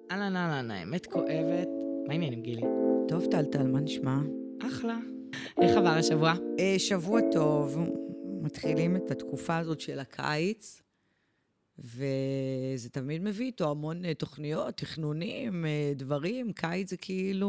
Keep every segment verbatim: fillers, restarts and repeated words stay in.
אהלן, אהלן, האמת כואבת. מה העניינים, גילי? טוב, טלטל, מה נשמע? אחלה. איך עבר השבוע? אה, שבוע טוב, מתחילים את התקופה הזאת של הקיץ, וזה תמיד מביא איתו המון אה, תוכניות, תכנונים, אה, דברים. קיץ זה כאילו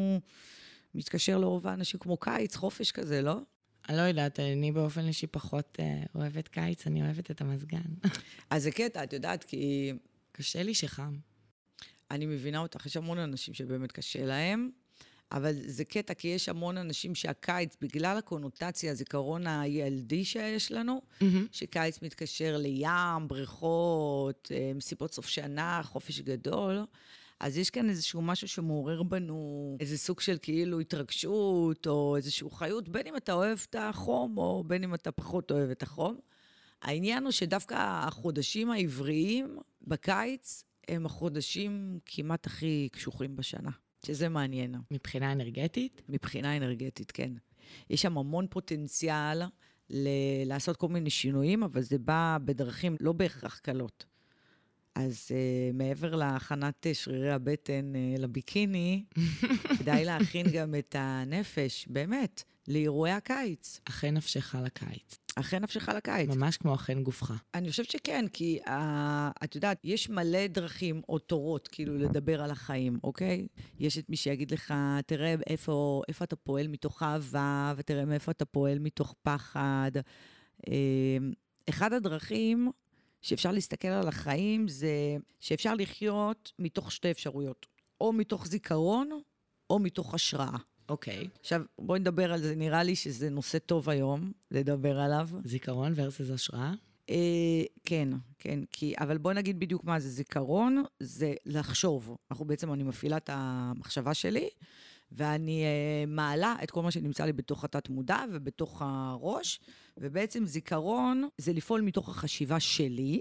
מתקשר לרוב האנשים כמו קיץ, חופש כזה, לא? אני לא יודעת, אני באופן אישי פחות אה, אוהבת קיץ, אני אוהבת את המזגן. אז זה קטע, את יודעת, כי קשה לי שחם. אני מבינה אותך, יש המון אנשים שבאמת קשה להם, אבל זה קטע, כי יש המון אנשים שהקיץ, בגלל הקונוטציה, הזיכרון הילדי שיש לנו, Mm-hmm. שקיץ מתקשר לים, בריכות, מסיבות סוף שנה, חופש גדול, אז יש כאן איזשהו משהו שמעורר בנו איזה סוג של כאילו התרגשות, או איזשהו חיות, בין אם אתה אוהב את החום, או בין אם אתה פחות אוהב את החום. העניין הוא שדווקא החודשים העבריים בקיץ, הם החודשים כמעט הכי קשוחים בשנה, שזה מעניין. מבחינה אנרגטית? מבחינה אנרגטית, כן. יש שם המון פוטנציאל ל- לעשות כל מיני שינויים, אבל זה בא בדרכים לא בהכרח קלות. אז uh, מעבר להכנת שרירי הבטן uh, לביקיני, כדאי להכין גם את הנפש, באמת, לאירועי הקיץ. אכן נפשך לקיץ. אכן נפשך לקיץ. ממש כמו אכן גופך. אני חושבת שכן, כי uh, את יודעת, יש מלא דרכים או תורות, כאילו, לדבר על החיים, אוקיי? יש את מי שיגיד לך, תראה איפה, איפה אתה פועל מתוך אהבה, ותראה מאיפה אתה פועל מתוך פחד. Uh, אחד הדרכים שאפשר להסתכל על החיים, זה שאפשר לחיות מתוך שתי אפשרויות. או מתוך זיכרון, או מתוך השראה. אוקיי. עכשיו, בואי נדבר על זה, נראה לי שזה נושא טוב היום, לדבר עליו. זיכרון versus השראה? אה, כן, כן, כי, אבל בואי נגיד בדיוק מה זה זיכרון, זה לחשוב. אנחנו בעצם, אני מפעילה את המחשבה שלי, ואני אה, מעלה את כל מה שנמצא לי בתוך התת מודע ובתוך הראש, ובעצם זיכרון זה לפעול מתוך החשיבה שלי,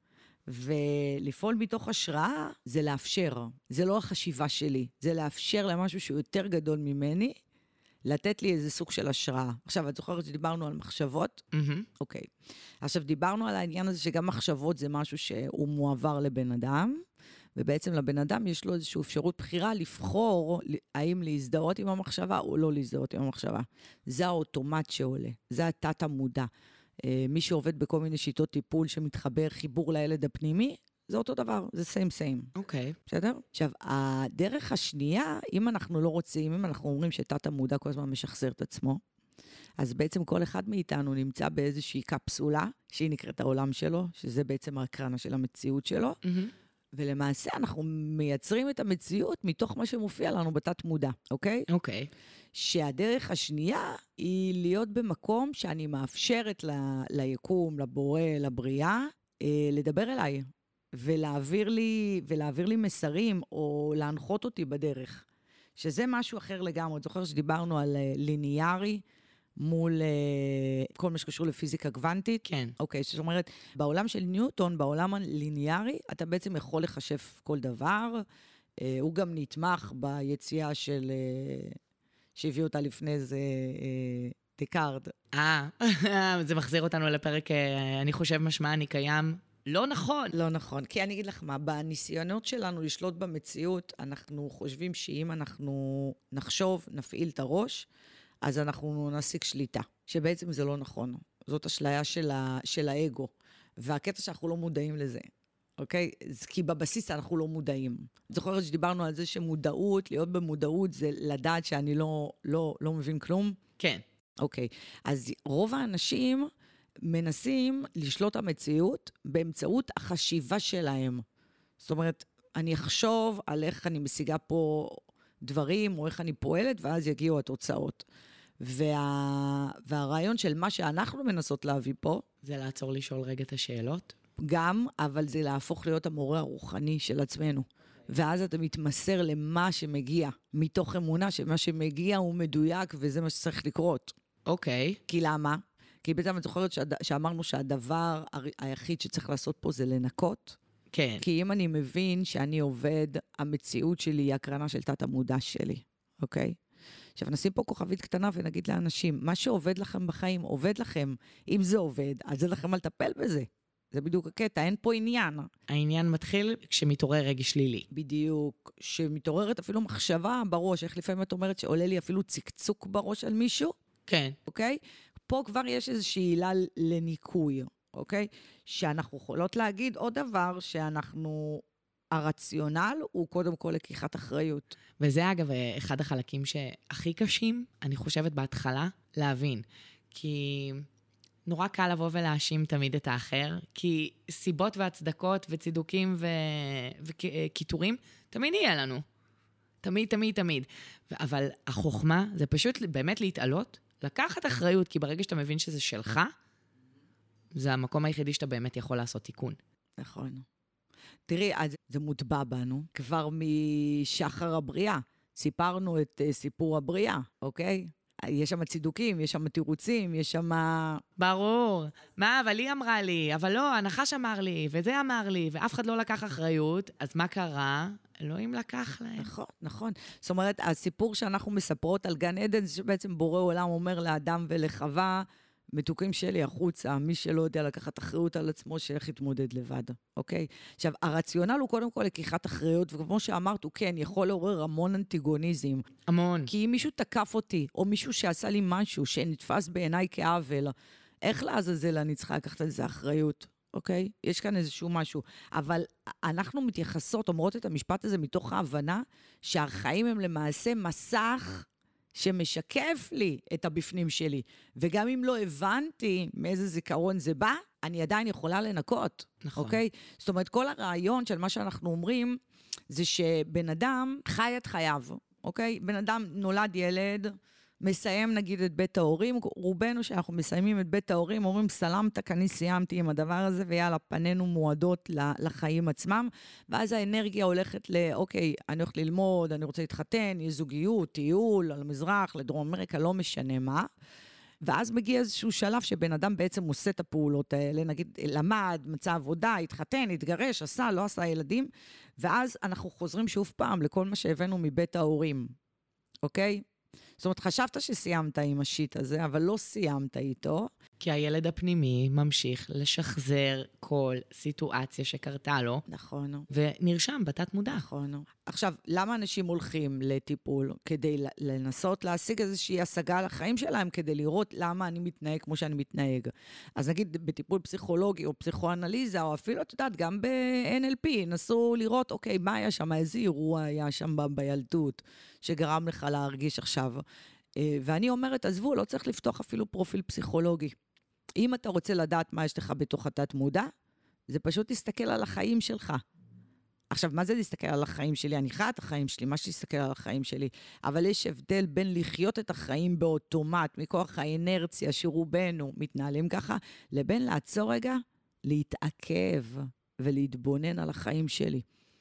ולפעול מתוך השראה זה לאפשר. זה לא החשיבה שלי, זה לאפשר למשהו שהוא יותר גדול ממני, לתת לי איזה סוג של השראה. עכשיו, את זוכרת שדיברנו על מחשבות? Mm-hmm. אוקיי. עכשיו, דיברנו על העניין הזה שגם מחשבות זה משהו שהוא מועבר לבן אדם, ובעצם לבן אדם יש לו איזושהי אפשרות בחירה לבחור האם להזדהות עם המחשבה או לא להזדהות עם המחשבה. זה האוטומט שעולה, זה התת המודע. מי שעובד בכל מיני שיטות טיפול שמתחבר חיבור לילד הפנימי, זה אותו דבר, זה סיים סיים. אוקיי. בסדר? עכשיו, הדרך השנייה, אם אנחנו לא רוצים, אם אנחנו אומרים שתת המודע כל הזמן משחזר את עצמו, אז בעצם כל אחד מאיתנו נמצא באיזושהי קפסולה, שהיא נקראת העולם שלו, שזה בעצם ההקרנה של המציאות שלו, Mm-hmm. ולמעשה אנחנו מייצרים את המציאות מתוך מה שמופיע לנו בתת מודע, אוקיי? אוקיי. שהדרך השנייה היא להיות במקום שאני מאפשרת ל, ליקום, לבורא, לבריאה, אה, לדבר אליי, ולהעביר לי, ולהעביר לי מסרים, או להנחות אותי בדרך. שזה משהו אחר לגמרי. את זוכר שדיברנו על אה, ליניארי, מול אה, כל מה שקשור לפיזיקה קוונטית? כן. אוקיי, זאת אומרת, בעולם של ניוטון, בעולם הליניארי, אתה בעצם יכול לחשב כל דבר, אה, הוא גם נתמך ביציאה של... אה, שהביא אותה לפני זה אה, דקארד. אה, זה מחזיר אותנו לפרק, אני חושב משמע, אני קיים. לא נכון. לא נכון, כי אני אגיד לך מה, בניסיונות שלנו לשלוט במציאות, אנחנו חושבים שאם אנחנו נחשוב, נפעיל את הראש, אז אנחנו נשיג שליטה, שבעצם זה לא נכון. זאת אשליה של, ה, של האגו, והקטע שאנחנו לא מודעים לזה. אוקיי? כי בבסיס אנחנו לא מודעים. זוכרת שדיברנו על זה שמודעות, להיות במודעות זה לדעת שאני לא, לא, לא מבין כלום? כן. אוקיי. אז רוב האנשים מנסים לשלוט המציאות באמצעות החשיבה שלהם. זאת אומרת, אני אחשוב על איך אני משיגה פה דברים, או איך אני פועלת, ואז יגיעו התוצאות. וה... והרעיון של מה שאנחנו מנסות להביא פה, זה לעצור לשאול רגע את השאלות? גם, אבל זה להפוך להיות המורה הרוחני של עצמנו. ואז אתה מתמסר למה שמגיע, מתוך אמונה שמה שמגיע הוא מדויק, וזה מה שצריך לקרות. אוקיי. כי למה? כי בעצם את זוכרת שאמרנו שהדבר היחיד שצריך לעשות פה זה לנקות. כן. כי אם אני מבין שאני עובד, המציאות שלי היא הקרנה של תת המודע שלי. אוקיי? עכשיו נשים פה כוכבית קטנה ונגיד לאנשים, מה שעובד לכם בחיים עובד לכם. אם זה עובד, אז זה לכם על לטפל בזה. זה בדיוק הקטע, אין פה עניין. העניין מתחיל כשמתעורר רגש שלילי. בדיוק, שמתעוררת אפילו מחשבה בראש, איך לפעמים את אומרת שעולה לי אפילו צקצוק בראש על מישהו, כן. אוקיי? פה כבר יש איזושהי עילה לניקוי, אוקיי? שאנחנו יכולות להגיד עוד דבר, שאנחנו, הרציונל הוא קודם כל לקיחת אחריות. וזה אגב אחד החלקים שהכי קשים, אני חושבת בהתחלה, להבין. כי נורא קל לבוא ולהאשים תמיד את האחר, כי סיבות והצדקות וצידוקים ו... וכיתורים תמיד יהיה לנו. תמיד, תמיד, תמיד. אבל החוכמה זה פשוט באמת להתעלות, לקחת אחריות, כי ברגע שאתה מבין שזה שלך, זה המקום היחידי שאתה באמת יכול לעשות תיקון. נכון. תראי, אז זה מוטבע בנו, כבר משחר הבריאה. סיפרנו את uh, סיפור הבריאה, אוקיי? יש שם צידוקים, יש שם תירוצים, יש שם... ברור. מה, אבל היא אמרה לי, אבל לא, הנחש אמר לי, וזה אמר לי, ואף אחד לא לקח אחריות, אז מה קרה? אלוהים לקח להם. נכון, נכון. זאת אומרת, הסיפור שאנחנו מספרות על גן עדן, זה שבעצם בורא עולם אומר לאדם ולחווה, מתוקים שלי החוצה, מי שלא יודע לקחת אחריות על עצמו, שאיך יתמודד לבד, אוקיי? עכשיו, הרציונל הוא קודם כל לקיחת אחריות, וכמו שאמרת, הוא כן יכול לעורר המון אנטיגוניזם. המון. כי אם מישהו תקף אותי, או מישהו שעשה לי משהו שנתפס בעיניי כעוול, איך לעזאזל אני צריכה לקחת על זה אחריות, אוקיי? יש כאן איזשהו משהו. אבל אנחנו מתייחסות, אומרות את המשפט הזה מתוך ההבנה, שהחיים הם למעשה מסך שמשקף לי את הבפנים שלי. וגם אם לא הבנתי מאיזה זיכרון זה בא, אני עדיין יכולה לנקות. נכון. אוקיי? זאת אומרת, כל הרעיון של מה שאנחנו אומרים, זה שבן אדם חי את חייו. אוקיי? בן אדם נולד ילד, מסיים נגיד את בית ההורים, רובנו שאנחנו מסיימים את בית ההורים, אומרים סלמתק, אני סיימתי עם הדבר הזה, ויאללה, פנינו מועדות לחיים עצמם, ואז האנרגיה הולכת ל, אוקיי, אני הולכת ללמוד, אני רוצה להתחתן, יש זוגיות, טיול, על המזרח, לדרום אמריקה, לא משנה מה, ואז מגיע איזשהו שלב שבן אדם בעצם עושה את הפעולות האלה, נגיד למד, מצא עבודה, התחתן, התגרש, עשה, לא עשה ילדים, ואז אנחנו חוזרים שוב פעם לכל מה שהבאנו מבית ההורים, אוקיי? זאת אומרת, חשבת שסיימת עם השיט הזה, אבל לא סיימת איתו. כי הילד הפנימי ממשיך לשחזר כל סיטואציה שקרתה לו. נכון. ונרשם בתת מודע. נכון. עכשיו, למה אנשים הולכים לטיפול? כדי לנסות להשיג איזושהי השגה על החיים שלהם, כדי לראות למה אני מתנהג כמו שאני מתנהג. אז נגיד בטיפול פסיכולוגי או פסיכואנליזה, או אפילו, את יודעת, גם ב-אן אל פי, נסו לראות, אוקיי, מה היה שם, איזה אירוע היה שם ב- בילדות, שגרם לך להרגיש עכשיו. ואני אומרת, עזבו, לא צריך לפתוח אפילו פרופיל פסיכולוגי. אם אתה רוצה לדעת מה יש לך בתוך התת מודע, זה פשוט תסתכל על החיים שלך. עכשיו, מה זה להסתכל על החיים שלי? אני חיה את החיים שלי, מה שתסתכל על החיים שלי. אבל יש הבדל בין לחיות את החיים באוטומט, מכוח האנרציה שרובנו מתנהלים ככה, לבין לעצור רגע, להתעכב ולהתבונן על החיים שלי.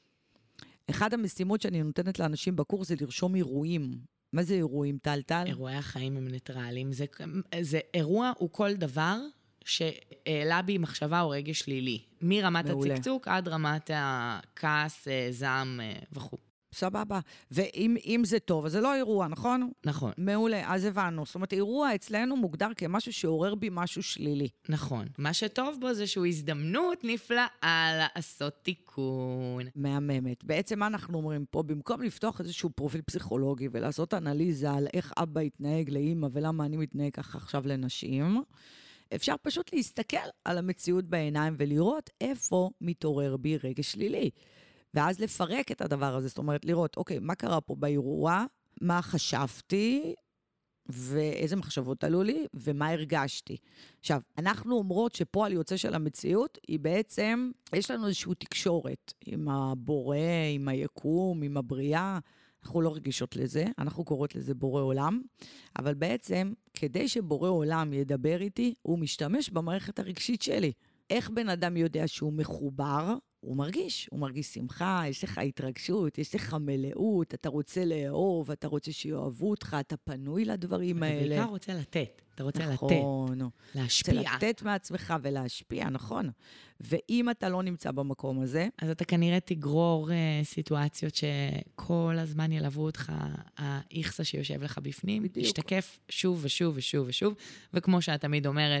אחד המשימות שאני נותנת לאנשים בקורס זה לרשום אירועים. מה זה אירועים, טל-טל? אירועי החיים הם ניטרליים. זה, זה, אירוע הוא כל דבר שהעלה בי מחשבה או רגש שלילי. מרמת מעולה. הצקצוק עד רמת הכעס, זעם וכו'. סבבה. ואם אם זה טוב, אז זה לא אירוע, נכון? נכון. מעולה, אז הבנו. זאת אומרת, אירוע אצלנו מוגדר כמשהו שעורר בי משהו שלילי. נכון. מה שטוב בו זה שהוא הזדמנות נפלאה לעשות תיקון. מהממת. בעצם מה אנחנו אומרים פה? במקום לפתוח איזשהו פרופיל פסיכולוגי ולעשות אנליזה על איך אבא התנהג לאמא ולמה אני מתנהג ככה עכשיו לנשים, אפשר פשוט להסתכל על המציאות בעיניים ולראות איפה מתעורר בי רגש שלילי. ואז לפרק את הדבר הזה, זאת אומרת, לראות, אוקיי, מה קרה פה באירוע, מה חשבתי, ואיזה מחשבות עלו לי, ומה הרגשתי. עכשיו, אנחנו אומרות שפועל יוצא של המציאות, היא בעצם, יש לנו איזושהי תקשורת עם הבורא, עם היקום, עם הבריאה, אנחנו לא רגישות לזה, אנחנו קוראות לזה בורא עולם, אבל בעצם, כדי שבורא עולם ידבר איתי, הוא משתמש במערכת הרגשית שלי. איך בן אדם יודע שהוא מחובר? הוא מרגיש, הוא מרגיש שמחה, יש לך התרגשות, יש לך מלאות, אתה רוצה לאהוב, אתה רוצה שיאהבו אותך, אתה פנוי לדברים האלה. אתה בעיקר רוצה לתת, אתה רוצה לתת, נכון, להשפיע. רוצה לתת מעצמך ולהשפיע, נכון. ואם אתה לא נמצא במקום הזה, אז אתה כנראה תגרור uh, סיטואציות שכל הזמן ילוו אותך, האיכסה שיושב לך בפנים, בדיוק. ישתקף שוב ושוב ושוב ושוב, וכמו שאת תמיד אומרת,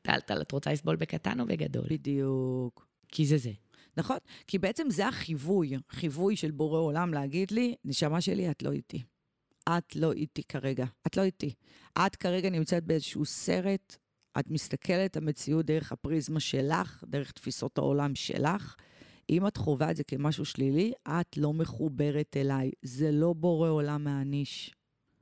טלטל, את רוצה לסבול בקטן או בגדול? בדיוק. כי זה זה. נכון? כי בעצם זה החיווי, חיווי של בורא עולם להגיד לי, נשמה שלי, את לא איתי. את לא איתי כרגע. את לא איתי. את כרגע נמצאת באיזשהו סרט, את מסתכלת המציאות דרך הפריזמה שלך, דרך תפיסות העולם שלך. אם את חווה את זה כמשהו שלילי, את לא מחוברת אליי. זה לא בורא עולם מעניש.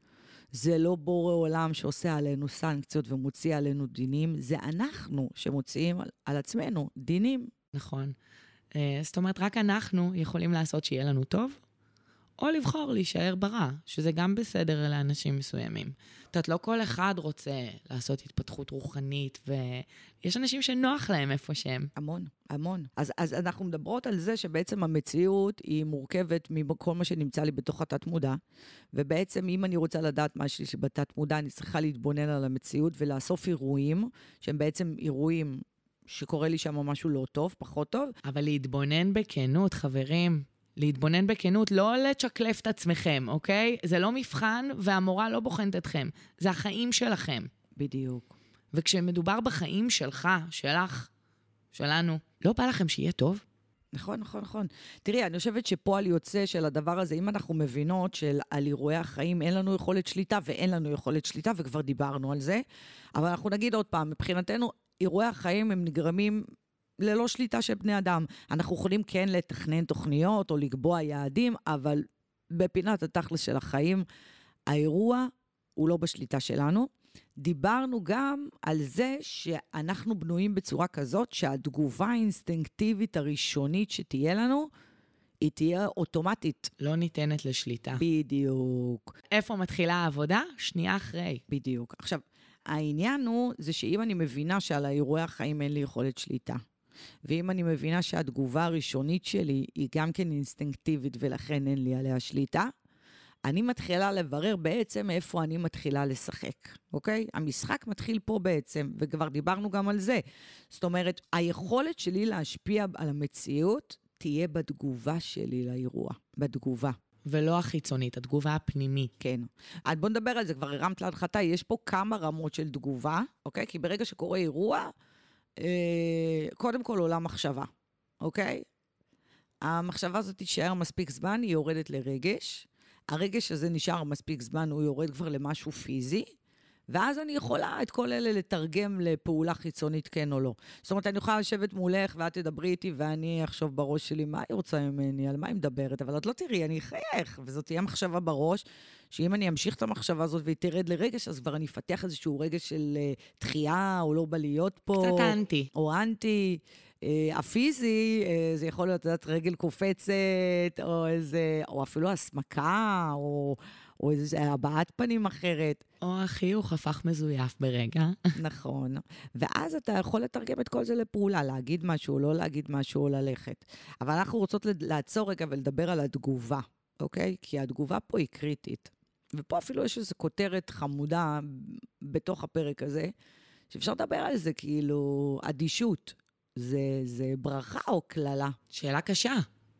זה לא בורא עולם שעושה עלינו סנקציות ומוציא עלינו דינים. זה אנחנו שמוציאים על, על עצמנו דינים. נכון. זאת אומרת, רק אנחנו יכולים לעשות שיהיה לנו טוב, או לבחור להישאר ברע, שזה גם בסדר לאנשים מסוימים. זאת אומרת, לא כל אחד רוצה לעשות התפתחות רוחנית, ויש אנשים שנוח להם איפה שהם. המון, המון. אז, אז אנחנו מדברות על זה שבעצם המציאות היא מורכבת מכל מה שנמצא לי בתוך התת מודע, ובעצם אם אני רוצה לדעת מה שלי שבתת מודע, אני צריכה להתבונן על המציאות ולאסוף אירועים, שהם בעצם אירועים שקורה לי שם משהו לא טוב, פחות טוב. אבל להתבונן בכנות, חברים, להתבונן בכנות, לא לצ'קלף את עצמכם, אוקיי? זה לא מבחן והמורה לא בוחנת אתכם. זה החיים שלכם. בדיוק. וכשמדובר בחיים שלך, שלך, שלנו, לא בא לכם שיהיה טוב? נכון, נכון, נכון. תראי, אני חושבת שפועל יוצא של הדבר הזה, אם אנחנו מבינות של על אירועי החיים, אין לנו יכולת שליטה ואין לנו יכולת שליטה, וכבר דיברנו על זה, אבל אנחנו נגיד עוד פעם, מבחינתנו, אירועי החיים הם נגרמים ללא שליטה של בני אדם. אנחנו יכולים כן לתכנן תוכניות או לקבוע יעדים, אבל בפינת התכלס של החיים, האירוע הוא לא בשליטה שלנו. דיברנו גם על זה שאנחנו בנויים בצורה כזאת, שהתגובה האינסטינקטיבית הראשונית שתהיה לנו, היא תהיה אוטומטית. לא ניתנת לשליטה. בדיוק. איפה מתחילה העבודה? שנייה אחרי. בדיוק. עכשיו, העניין הוא, זה שאם אני מבינה שעל האירועי החיים אין לי יכולת שליטה, ואם אני מבינה שהתגובה הראשונית שלי היא גם כן אינסטינקטיבית ולכן אין לי עליה שליטה, אני מתחילה לברר בעצם איפה אני מתחילה לשחק, אוקיי? המשחק מתחיל פה בעצם, וכבר דיברנו גם על זה. זאת אומרת, היכולת שלי להשפיע על המציאות תהיה בתגובה שלי לאירוע, בתגובה. ולא החיצונית, התגובה הפנימית. כן. אז בוא נדבר על זה, כבר הרמת להנחתה, יש פה כמה רמות של תגובה, אוקיי? כי ברגע שקורה אירוע, אה, קודם כל עולה מחשבה, אוקיי? המחשבה הזאת תישאר מספיק זמן, היא יורדת לרגש, הרגש הזה נשאר מספיק זמן, הוא יורד כבר למשהו פיזי, ואז אני יכולה את כל אלה לתרגם לפעולה חיצונית כן או לא. זאת אומרת, אני יכולה לשבת מולך ואת תדברי איתי, ואני אחשוב בראש שלי, מה היא רוצה ממני, על מה היא מדברת, אבל את לא תראי, אני אחייך, וזאת תהיה מחשבה בראש, שאם אני אמשיך את המחשבה הזאת והיא תרד לרגש, אז כבר אני אפתח איזשהו רגש של uh, תחייה, או לא בא להיות פה. קצת אנטי. או אנטי. Uh, הפיזי, uh, זה יכול להיות, יודעת, רגל קופצת, או איזה, או אפילו הסמכה, או... או איזו הבעת פנים אחרת. או החיוך הפך מזויף ברגע. נכון. ואז אתה יכול לתרגם את כל זה לפעולה, להגיד משהו, לא להגיד משהו, או ללכת. אבל אנחנו רוצות לעצור רגע ולדבר על התגובה, אוקיי? כי התגובה פה היא קריטית. ופה אפילו יש איזו כותרת חמודה בתוך הפרק הזה, שאפשר לדבר על זה כאילו אדישות. זה, זה ברכה או כללה? שאלה קשה.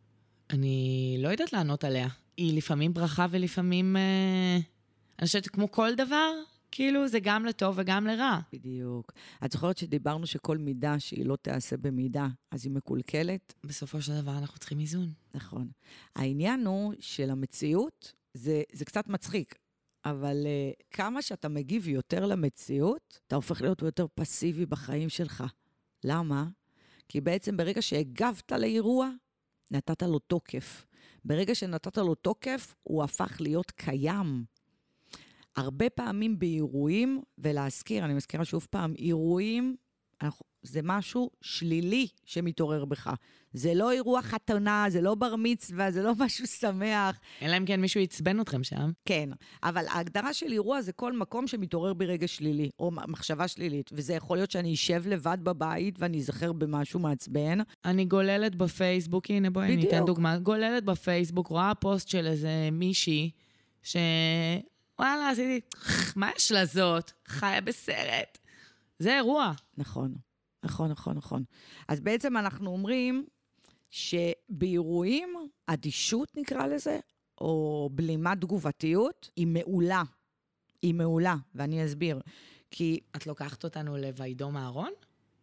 אני לא יודעת לענות עליה. היא לפעמים ברכה ולפעמים, אה, אני חושבת כמו כל דבר, כאילו זה גם לטוב וגם לרע. בדיוק. את זוכרת שדיברנו שכל מידה שהיא לא תעשה במידה, אז היא מקולקלת? בסופו של דבר אנחנו צריכים איזון. נכון. העניין הוא של המציאות, זה, זה קצת מצחיק, אבל uh, כמה שאתה מגיב יותר למציאות, אתה הופך להיות יותר פסיבי בחיים שלך. למה? כי בעצם ברגע שהגבת לאירוע, נתת לו תוקף. ברגע שנתת לו תוקף, הוא הפך להיות קיים. הרבה פעמים באירועים, ולהזכיר, אני מזכירה שוב פעם, אירועים, זה משהו שלילי שמתעורר בך. זה לא אירוע חתונה, זה לא בר מצווה, זה לא משהו שמח. אלא אם כן מישהו יצבן אתכם שם. כן, אבל ההגדרה של אירוע זה כל מקום שמתעורר ברגע שלילי, או מחשבה שלילית, וזה יכול להיות שאני אשב לבד בבית ואני אזכר במשהו מעצבן. אני גוללת בפייסבוק, הנה בואי אני אתן דוגמה, גוללת בפייסבוק, רואה פוסט של איזה מישהי, ש... וואלה, עשיתי, מה יש לזאת? חיה בסרט. זה אירוע. נכון, נכון, נכון, נכון. אז בעצם אנחנו אומרים שבאירועים, אדישות נקרא לזה, או בלימת תגובתיות, היא מעולה. היא מעולה, ואני אסביר. כי... את לוקחת אותנו לוידום אהרון?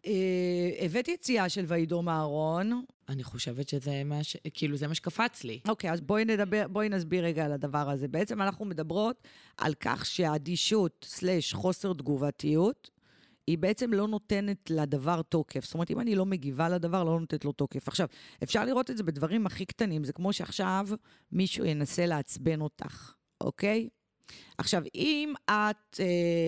אה, הבאתי יציאה של וידום אהרון. אני חושבת שזה מה ש... כאילו, זה מה שקפץ לי. אוקיי, אז בואי נדבר, בואי נסביר רגע על הדבר הזה. בעצם אנחנו מדברות על כך שהאדישות סלש חוסר תגובתיות, היא בעצם לא נותנת לדבר תוקף. זאת אומרת, אם אני לא מגיבה לדבר, לא נותנת לו תוקף. עכשיו, אפשר לראות את זה בדברים הכי קטנים. זה כמו שעכשיו מישהו ינסה לעצבן אותך, אוקיי? עכשיו, אם את אה,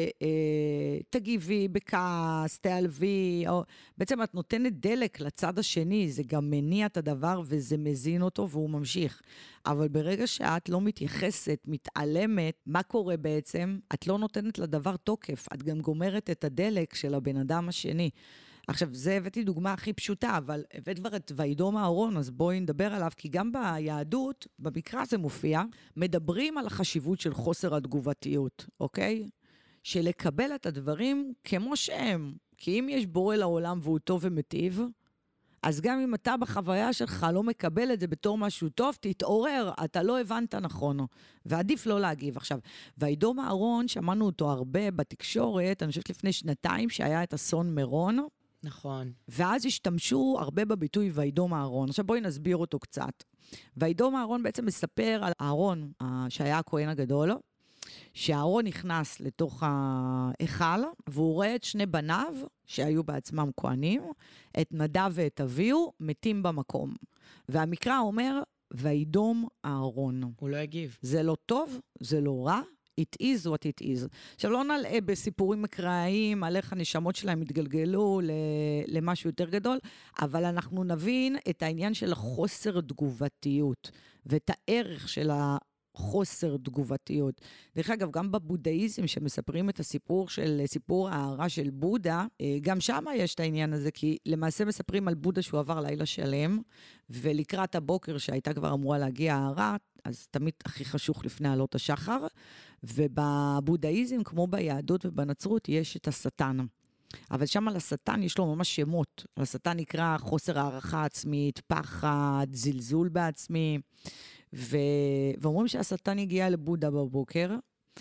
אה, תגיבי בכעס, תעלבי, או בעצם את נותנת דלק לצד השני, זה גם מניע את הדבר וזה מזין אותו והוא ממשיך. אבל ברגע שאת לא מתייחסת, מתעלמת, מה קורה בעצם? את לא נותנת לדבר תוקף, את גם גומרת את הדלק של הבן אדם השני. עכשיו, זה הבאתי דוגמה הכי פשוטה, אבל הבאת כבר את וידום אהרון, אז בואי נדבר עליו, כי גם ביהדות, במקרא זה מופיע, מדברים על החשיבות של חוסר התגובתיות, אוקיי? של לקבל את הדברים כמו שהם. כי אם יש בורא לעולם והוא טוב ומטיב, אז גם אם אתה בחוויה שלך לא מקבל את זה בתור משהו טוב, תתעורר, אתה לא הבנת נכון, ועדיף לא להגיב. עכשיו, וידום אהרון, שמענו אותו הרבה בתקשורת, אני חושבת לפני שנתיים שהיה את אסון מירון, נכון. ואז השתמשו הרבה בביטוי וידום אהרון. עכשיו בואי נסביר אותו קצת. וידום אהרון בעצם מספר על אהרון, שהיה הכהן הגדול, שאהרון נכנס לתוך ההיכל, והוא רואה את שני בניו, שהיו בעצמם כהנים, את נדב ואת אביהו, מתים במקום. והמקרא אומר, וידום אהרון. הוא לא הגיב. זה לא טוב, זה לא רע, it is what it is. עכשיו, לא נלאה בסיפורים מקראיים על איך הנשמות שלהם התגלגלו למשהו יותר גדול, אבל אנחנו נבין את העניין של החוסר תגובתיות, ואת הערך של החוסר תגובתיות. דרך אגב, גם בבודהיזם שמספרים את הסיפור של, סיפור ההערה של בודה, גם שם יש את העניין הזה, כי למעשה מספרים על בודה שהוא עבר לילה שלם, ולקראת הבוקר שהייתה כבר אמורה להגיע ההערה, אז תמיד הכי חשוך לפני עלות השחר, ובבודהיזם, כמו ביהדות ובנצרות, יש את השטן. אבל שם על השטן יש לו ממש שמות. לשטן נקרא חוסר הערכה עצמית, פחד, זלזול בעצמי, ו... ואומרים שהשטן הגיע לבודה בבוקר,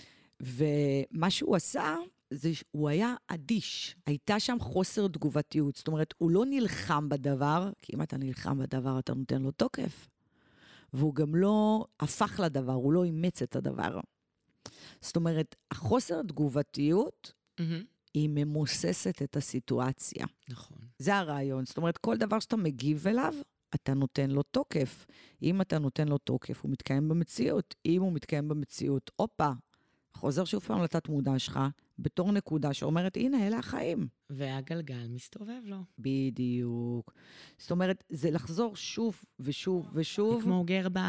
ומה שהוא עשה, זה שהוא היה אדיש. הייתה שם חוסר תגובתיות. זאת אומרת, הוא לא נלחם בדבר, כי אם אתה נלחם בדבר, אתה נותן לו תוקף. והוא גם לא הפך לדבר, הוא לא אימץ את הדבר. זאת אומרת, החוסר תגובתיות, mm-hmm. היא ממוססת את הסיטואציה. נכון. זה הרעיון. זאת אומרת, כל דבר שאתה מגיב אליו, אתה נותן לו תוקף. אם אתה נותן לו תוקף, הוא מתקיים במציאות. אם הוא מתקיים במציאות, אופה, חוזר שוב פעם לתת מודע שלך, בתור נקודה שאומרת, הנה, אלה החיים. והגלגל מסתובב לו. בדיוק. זאת אומרת, זה לחזור שוב ושוב ושוב. כמו גר ב...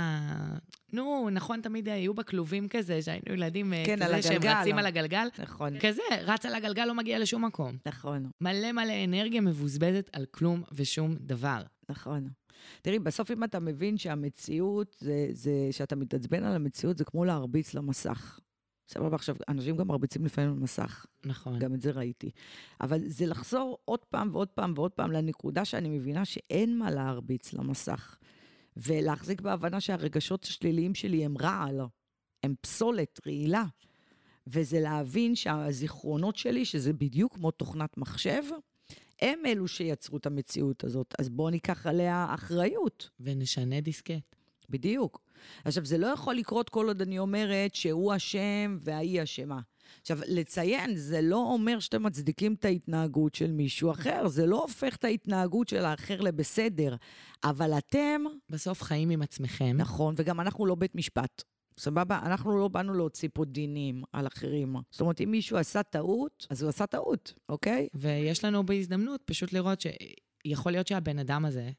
נו, נכון, תמיד היו בכלובים כזה, שהיינו ילדים כן, כזה על הגלגל. שהם רצים על הגלגל. נכון. כזה, רץ על הגלגל לא מגיע לשום מקום. נכון. מלא מלא אנרגיה מבוזבזת על כלום ושום דבר. נכון. תראי, בסוף אם אתה מבין שהמציאות, זה, זה, שאתה מתעצבן על המציאות, זה כמו להרביץ למסך. סבבה, עכשיו, אנשים גם מרביצים לפעמים למסך. נכון. גם את זה ראיתי. אבל זה לחזור עוד פעם ועוד פעם ועוד פעם לנקודה שאני מבינה שאין מה להרביץ למסך. ולהחזיק בהבנה שהרגשות השליליים שלי הם רעל, הם פסולת, רעילה. וזה להבין שהזיכרונות שלי, שזה בדיוק כמו תוכנת מחשב, הם אלו שיצרו את המציאות הזאת. אז בואו ניקח עליה אחריות. ונשנה דיסקט. בדיוק. עכשיו, זה לא יכול לקרות כל עוד אני אומרת שהוא אשם והיא אשמה. עכשיו, לציין, זה לא אומר שאתם מצדיקים את ההתנהגות של מישהו אחר, זה לא הופך את ההתנהגות של האחר לבסדר, אבל אתם... בסוף חיים עם עצמכם. נכון, וגם אנחנו לא בית משפט. סבבה? אנחנו לא באנו להוציא פה דינים על אחרים. זאת אומרת, אם מישהו עשה טעות, אז הוא עשה טעות, אוקיי? ויש לנו בהזדמנות פשוט לראות שיכול להיות שהבן אדם הזה,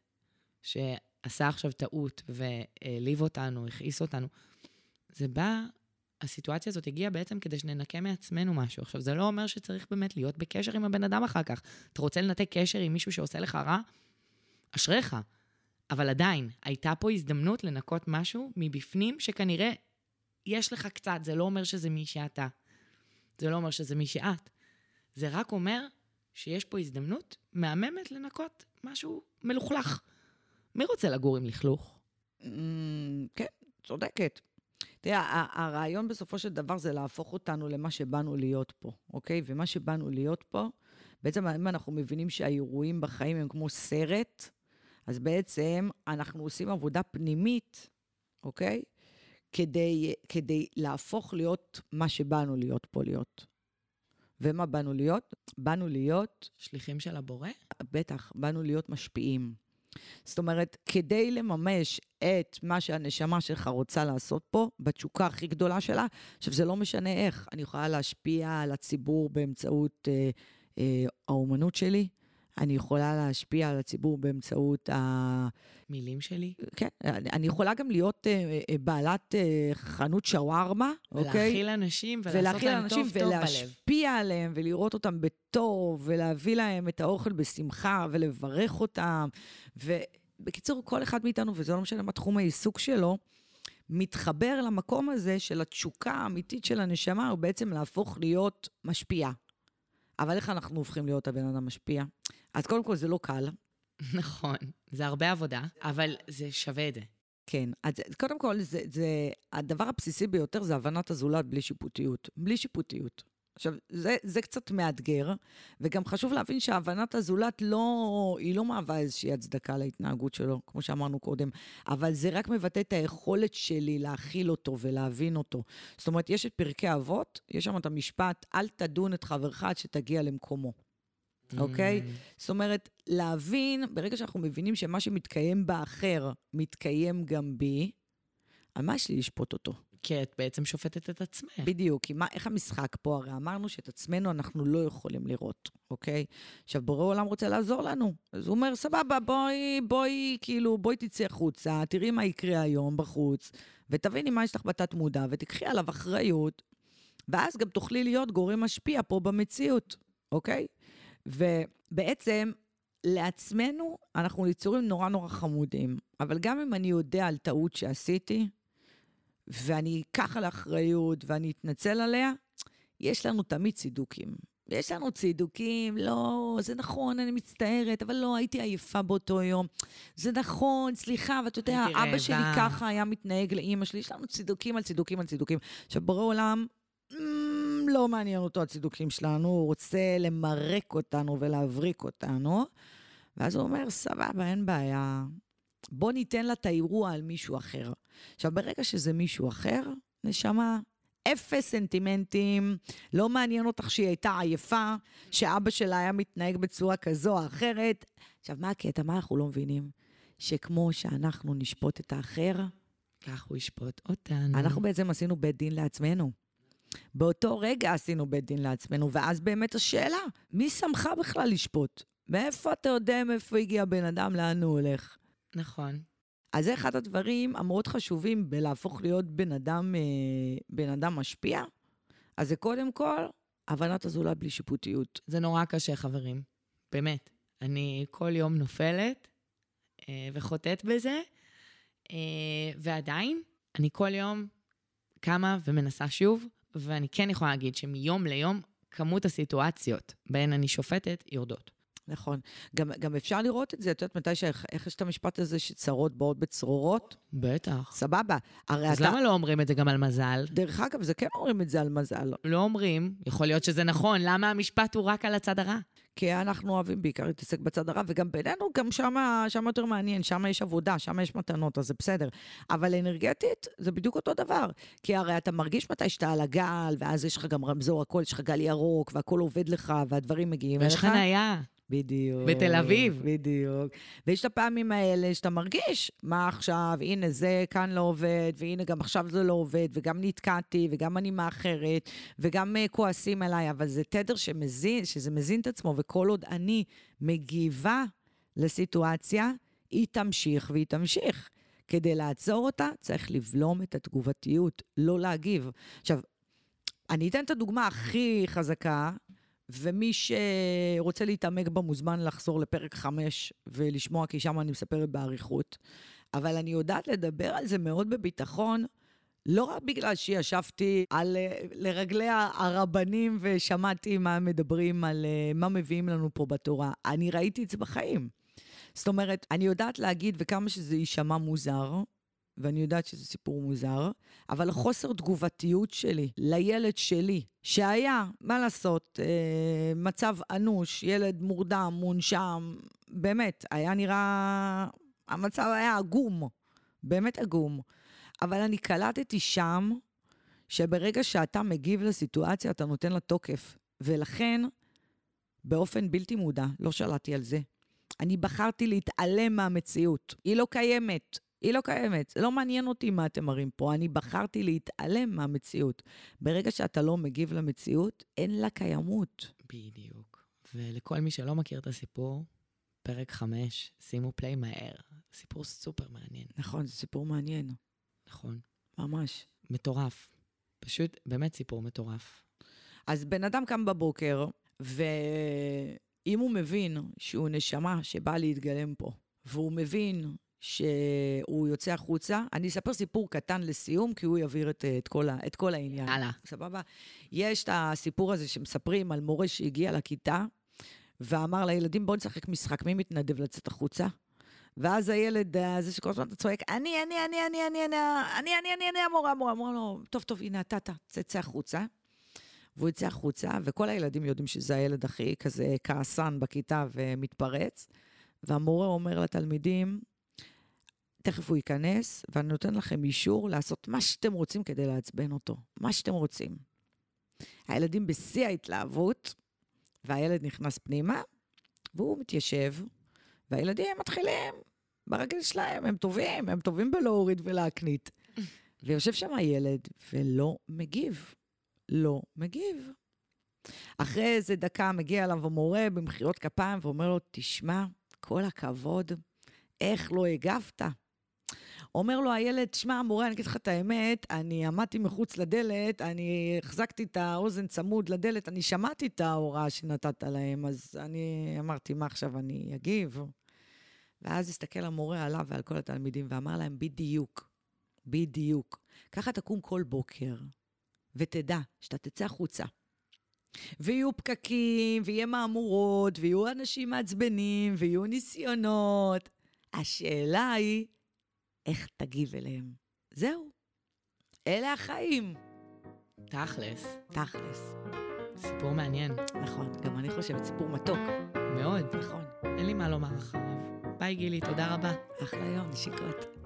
שעשה עכשיו טעות והעליב אותנו, הכעיס אותנו, זה בא... הסיטואציה הזאת הגיעה בעצם כדי שננקה מעצמנו משהו. עכשיו, זה לא אומר שצריך באמת להיות בקשר עם הבן אדם אחר כך. אתה רוצה לנתק קשר עם מישהו שעושה לך רע? אשריך. אבל עדיין, הייתה פה הזדמנות לנקות משהו מבפנים שכנראה יש לך קצת. זה לא אומר שזה מי שאתה. זה לא אומר שזה מי שאת. זה רק אומר שיש פה הזדמנות מהממת לנקות משהו מלוכלך. מי רוצה לגור עם לכלוך? כן, צודקת. תראה, הרעיון בסופו של דבר זה להפוך אותנו למה שבאנו להיות פה, אוקיי? ומה שבאנו להיות פה, בעצם אם אנחנו מבינים שהאירועים בחיים הם כמו סרט, אז בעצם אנחנו עושים עבודה פנימית, אוקיי? כדי, כדי להפוך להיות מה שבאנו להיות פה להיות. ומה באנו להיות? באנו להיות... שליחים של הבורא? בטח, באנו להיות משפיעים. זאת אומרת, כדי לממש את מה שהנשמה שלך רוצה לעשות פה, בתשוקה הכי גדולה שלה, עכשיו זה לא משנה איך, אני יכולה להשפיע על הציבור באמצעות אה, אה, האומנות שלי, אני יכולה להשפיע על הציבור באמצעות ה... מילים שלי? כן, אני יכולה גם להיות uh, בעלת uh, חנות שווארמה, אוקיי? ולהכיל אנשים ולעשות להם טוב טוב בלב. ולהשפיע עליהם ולראות אותם בטוב, ולהביא להם את האוכל בשמחה, ולברך אותם. ובקיצור, כל אחד מאיתנו, וזה לא משנה מה תחום העיסוק שלו, מתחבר למקום הזה של התשוקה האמיתית של הנשמה, הוא בעצם להפוך להיות משפיע. אבל איך אנחנו הופכים להיות הבן אדם משפיע? אז קודם כל זה לא קל. נכון, זה הרבה עבודה, אבל זה שווה את זה. כן, אז קודם כל, זה, זה, הדבר הבסיסי ביותר זה הבנת הזולת בלי שיפוטיות. בלי שיפוטיות. עכשיו, זה, זה קצת מאתגר, וגם חשוב להבין שהבנת הזולת לא, היא לא מהווה איזושהי הצדקה להתנהגות שלו, כמו שאמרנו קודם, אבל זה רק מבטא את היכולת שלי להכיל אותו ולהבין אותו. זאת אומרת, יש את פרקי אבות, יש שם את המשפט, אל תדון את חברך עד שתגיע למקומו. אוקיי? זאת אומרת, להבין, ברגע שאנחנו מבינים שמה שמתקיים באחר, מתקיים גם בי, על מה יש לי לשפוט אותו? כי את בעצם שופטת את עצמך. בדיוק, כי מה, איך המשחק פה? הרי אמרנו שאת עצמנו אנחנו לא יכולים לראות, אוקיי? עכשיו, בורא עולם רוצה לעזור לנו. אז הוא אומר, סבבה, בואי, בואי, כאילו, בואי תצאי החוצה, תראי מה יקרה היום בחוץ, ותביני מה יש לך בתת מודע, ותקחי עליו אחריות, ואז גם תוכלי להיות גורם משפיע פה במציאות, אוקיי? ובעצם, לעצמנו, אנחנו יצורים נורא נורא חמודים, אבל גם אם אני יודע על טעות שעשיתי, ואני אקח על האחריות, ואני אתנצל עליה, יש לנו תמיד צידוקים. יש לנו צידוקים, לא, זה נכון, אני מצטערת, אבל לא, הייתי עייפה באותו יום. זה נכון, סליחה, ואתה יודע, אבא שלי ככה היה מתנהג לאמא שלי, יש לנו צידוקים על צידוקים על צידוקים. עכשיו, בורא עולם, לא מעניין אותו הצידוקים שלנו, הוא רוצה למרק אותנו ולהבריק אותנו, ואז הוא אומר, סבבה, אין בעיה, בוא ניתן לה את האירוע על מישהו אחר. עכשיו, ברגע שזה מישהו אחר, נשמה, אפס סנטימנטים, לא מעניין אותך שהיא הייתה עייפה, שאבא שלה היה מתנהג בצורה כזו או אחרת. עכשיו, מה הקטע? מה אנחנו לא מבינים? שכמו שאנחנו נשפוט את האחר, כך הוא ישפוט אותנו. אנחנו בעצם עשינו בית דין לעצמנו. באותו רגע עשינו בית דין לעצמנו, ואז באמת השאלה, מי שמך בכלל לשפוט? מאיפה אתה יודע מאיפה הגיע בן אדם, לאן הוא הולך? נכון. אז זה אחד הדברים המאוד חשובים בלהפוך להיות בן אדם, בן אדם משפיע. אז זה קודם כל, הבנת הזולת בלי שיפוטיות. זה נורא קשה, חברים. באמת. אני כל יום נופלת וחוטאת בזה, ועדיין, אני כל יום קמה ומנסה שוב, ואני כן יכולה להגיד שמיום ליום, כמות הסיטואציות בהן אני שופטת יורדות. נכון. גם, גם אפשר לראות את זה, את יודעת מתי שאיך יש את המשפט הזה שצרות באות בצרורות? בטח. סבבה. אז אתה... למה לא אומרים את זה גם על מזל? דרך אגב, זה כן אומרים את זה על מזל. לא אומרים, יכול להיות שזה נכון, למה המשפט הוא רק על הצד הרע? כי אנחנו אוהבים בעיקר להתעסק בצד הרע, וגם בינינו, גם שם, שם יותר מעניין, שם יש עבודה, שם יש מתנות, אז זה בסדר. אבל אנרגטית, זה בדיוק אותו דבר. כי הרי אתה מרגיש מתי שאתה על הגל, ואז יש לך גם רמזור הכל, יש לך גל ירוק, והכל עובד לך, והדברים מגיעים אליך. ויש חניה. בדיוק. בתל אביב. בדיוק. ויש את הפעמים האלה שאתה מרגיש, מה עכשיו, הנה זה כאן לא עובד, והנה גם עכשיו זה לא עובד, וגם נתקעתי, וגם אני מאחרת, וגם uh, כועסים עליי, אבל זה תדר שמזין, שזה מזין את עצמו, וכל עוד אני מגיבה לסיטואציה, היא תמשיך והיא תמשיך. כדי לעצור אותה, צריך לבלום את התגובתיות, לא להגיב. עכשיו, אני אתן את הדוגמה הכי חזקה, ומי שרוצה להתעמק בה מוזמן לחזור לפרק חמש ולשמוע, כי שם אני מספרת בעריכות. אבל אני יודעת לדבר על זה מאוד בביטחון, לא רק בגלל שישבתי על, לרגלי הרבנים ושמעתי מה מדברים על מה מביאים לנו פה בתורה. אני ראיתי את זה בחיים. זאת אומרת, אני יודעת להגיד, וכמה שזה יישמע מוזר, ואני יודעת שזה סיפור מוזר, אבל החוסר תגובתיות שלי, לילד שלי, שהיה, מה לעשות, אה, מצב אנוש, ילד מורדם, מונשם, באמת, היה נראה, המצב היה עגום, באמת עגום. אבל אני קלטתי שם, שברגע שאתה מגיב לסיטואציה, אתה נותן לה תוקף. ולכן, באופן בלתי מודע, לא שלטתי על זה. אני בחרתי להתעלם מהמציאות. היא לא קיימת. היא לא קיימת. זה לא מעניין אותי מה אתם מראים פה. אני בחרתי להתעלם מהמציאות. ברגע שאתה לא מגיב למציאות, אין לה קיימות. בדיוק. ולכל מי שלא מכיר את הסיפור, פרק חמש, שימו פליי מהר. סיפור סופר מעניין. נכון, זה סיפור מעניין. נכון. ממש. מטורף. פשוט, באמת סיפור מטורף. אז בן אדם קם בבוקר, ואם הוא מבין שהוא נשמה שבא להתגלם פה, והוא מבין שהוא יוצא החוצה, אני אספר סיפור קטן לסיום, כי הוא יעביר את, את, כל, ה, את כל העניין. הלאה. סבבה? יש את הסיפור הזה שמספרים על מורה שהגיע לכיתה, ואמר לילדים, בואו נשחק משחק, מי מתנדב לצאת החוצה? ואז הילד, זה שכל הזמן אתה צועק, אני, אני, אני, אני, אני, אני, אני, אני, אני, אני, המורה, המורה, אמרו לו, טוב, טוב, הנה, אתה, אתה, צא החוצה. והוא יצא החוצה, וכל הילדים יודעים שזה הילד הכי כזה כעסן בכיתה ומתפרץ, והמורה אומר לתלמידים, תכף הוא ייכנס, ואני נותן לכם אישור לעשות מה שאתם רוצים כדי לעצבן אותו, מה שאתם רוצים. הילדים בשיא ההתלהבות, והילד נכנס פנימה, והוא מתיישב, והילדים מתחילים ברגל שלהם, הם טובים, הם טובים בלהוריד ולהקנית. ויושב שם הילד ולא מגיב. לא מגיב. אחרי איזה דקה מגיע אליו המורה במחיאות כפיים ואומר לו, תשמע, כל הכבוד, איך לא הגבת? אומר לו הילד, תשמע, המורה, אני אגיד לך את האמת, אני עמדתי מחוץ לדלת, אני החזקתי את האוזן צמוד לדלת, אני שמעתי את ההוראה שנתת להם, אז אני אמרתי, מה עכשיו אני אגיב? ואז הסתכל המורה עליו ועל כל התלמידים ואמר להם, בדיוק, בדיוק. ככה תקום כל בוקר. ותדע שאתה תצא החוצה. ויהיו פקקים, ויהיה מאמורות, ויהיו אנשים מעצבנים, ויהיו ניסיונות. השאלה היא, איך תגיב אליהם? זהו. אלה החיים. תכלס. תכלס. סיפור מעניין. נכון, גם אני חושבת סיפור מתוק. מאוד. נכון. אין לי מה לומר אחריו. ביי גילי, תודה רבה. אחלה יום, נשיקות.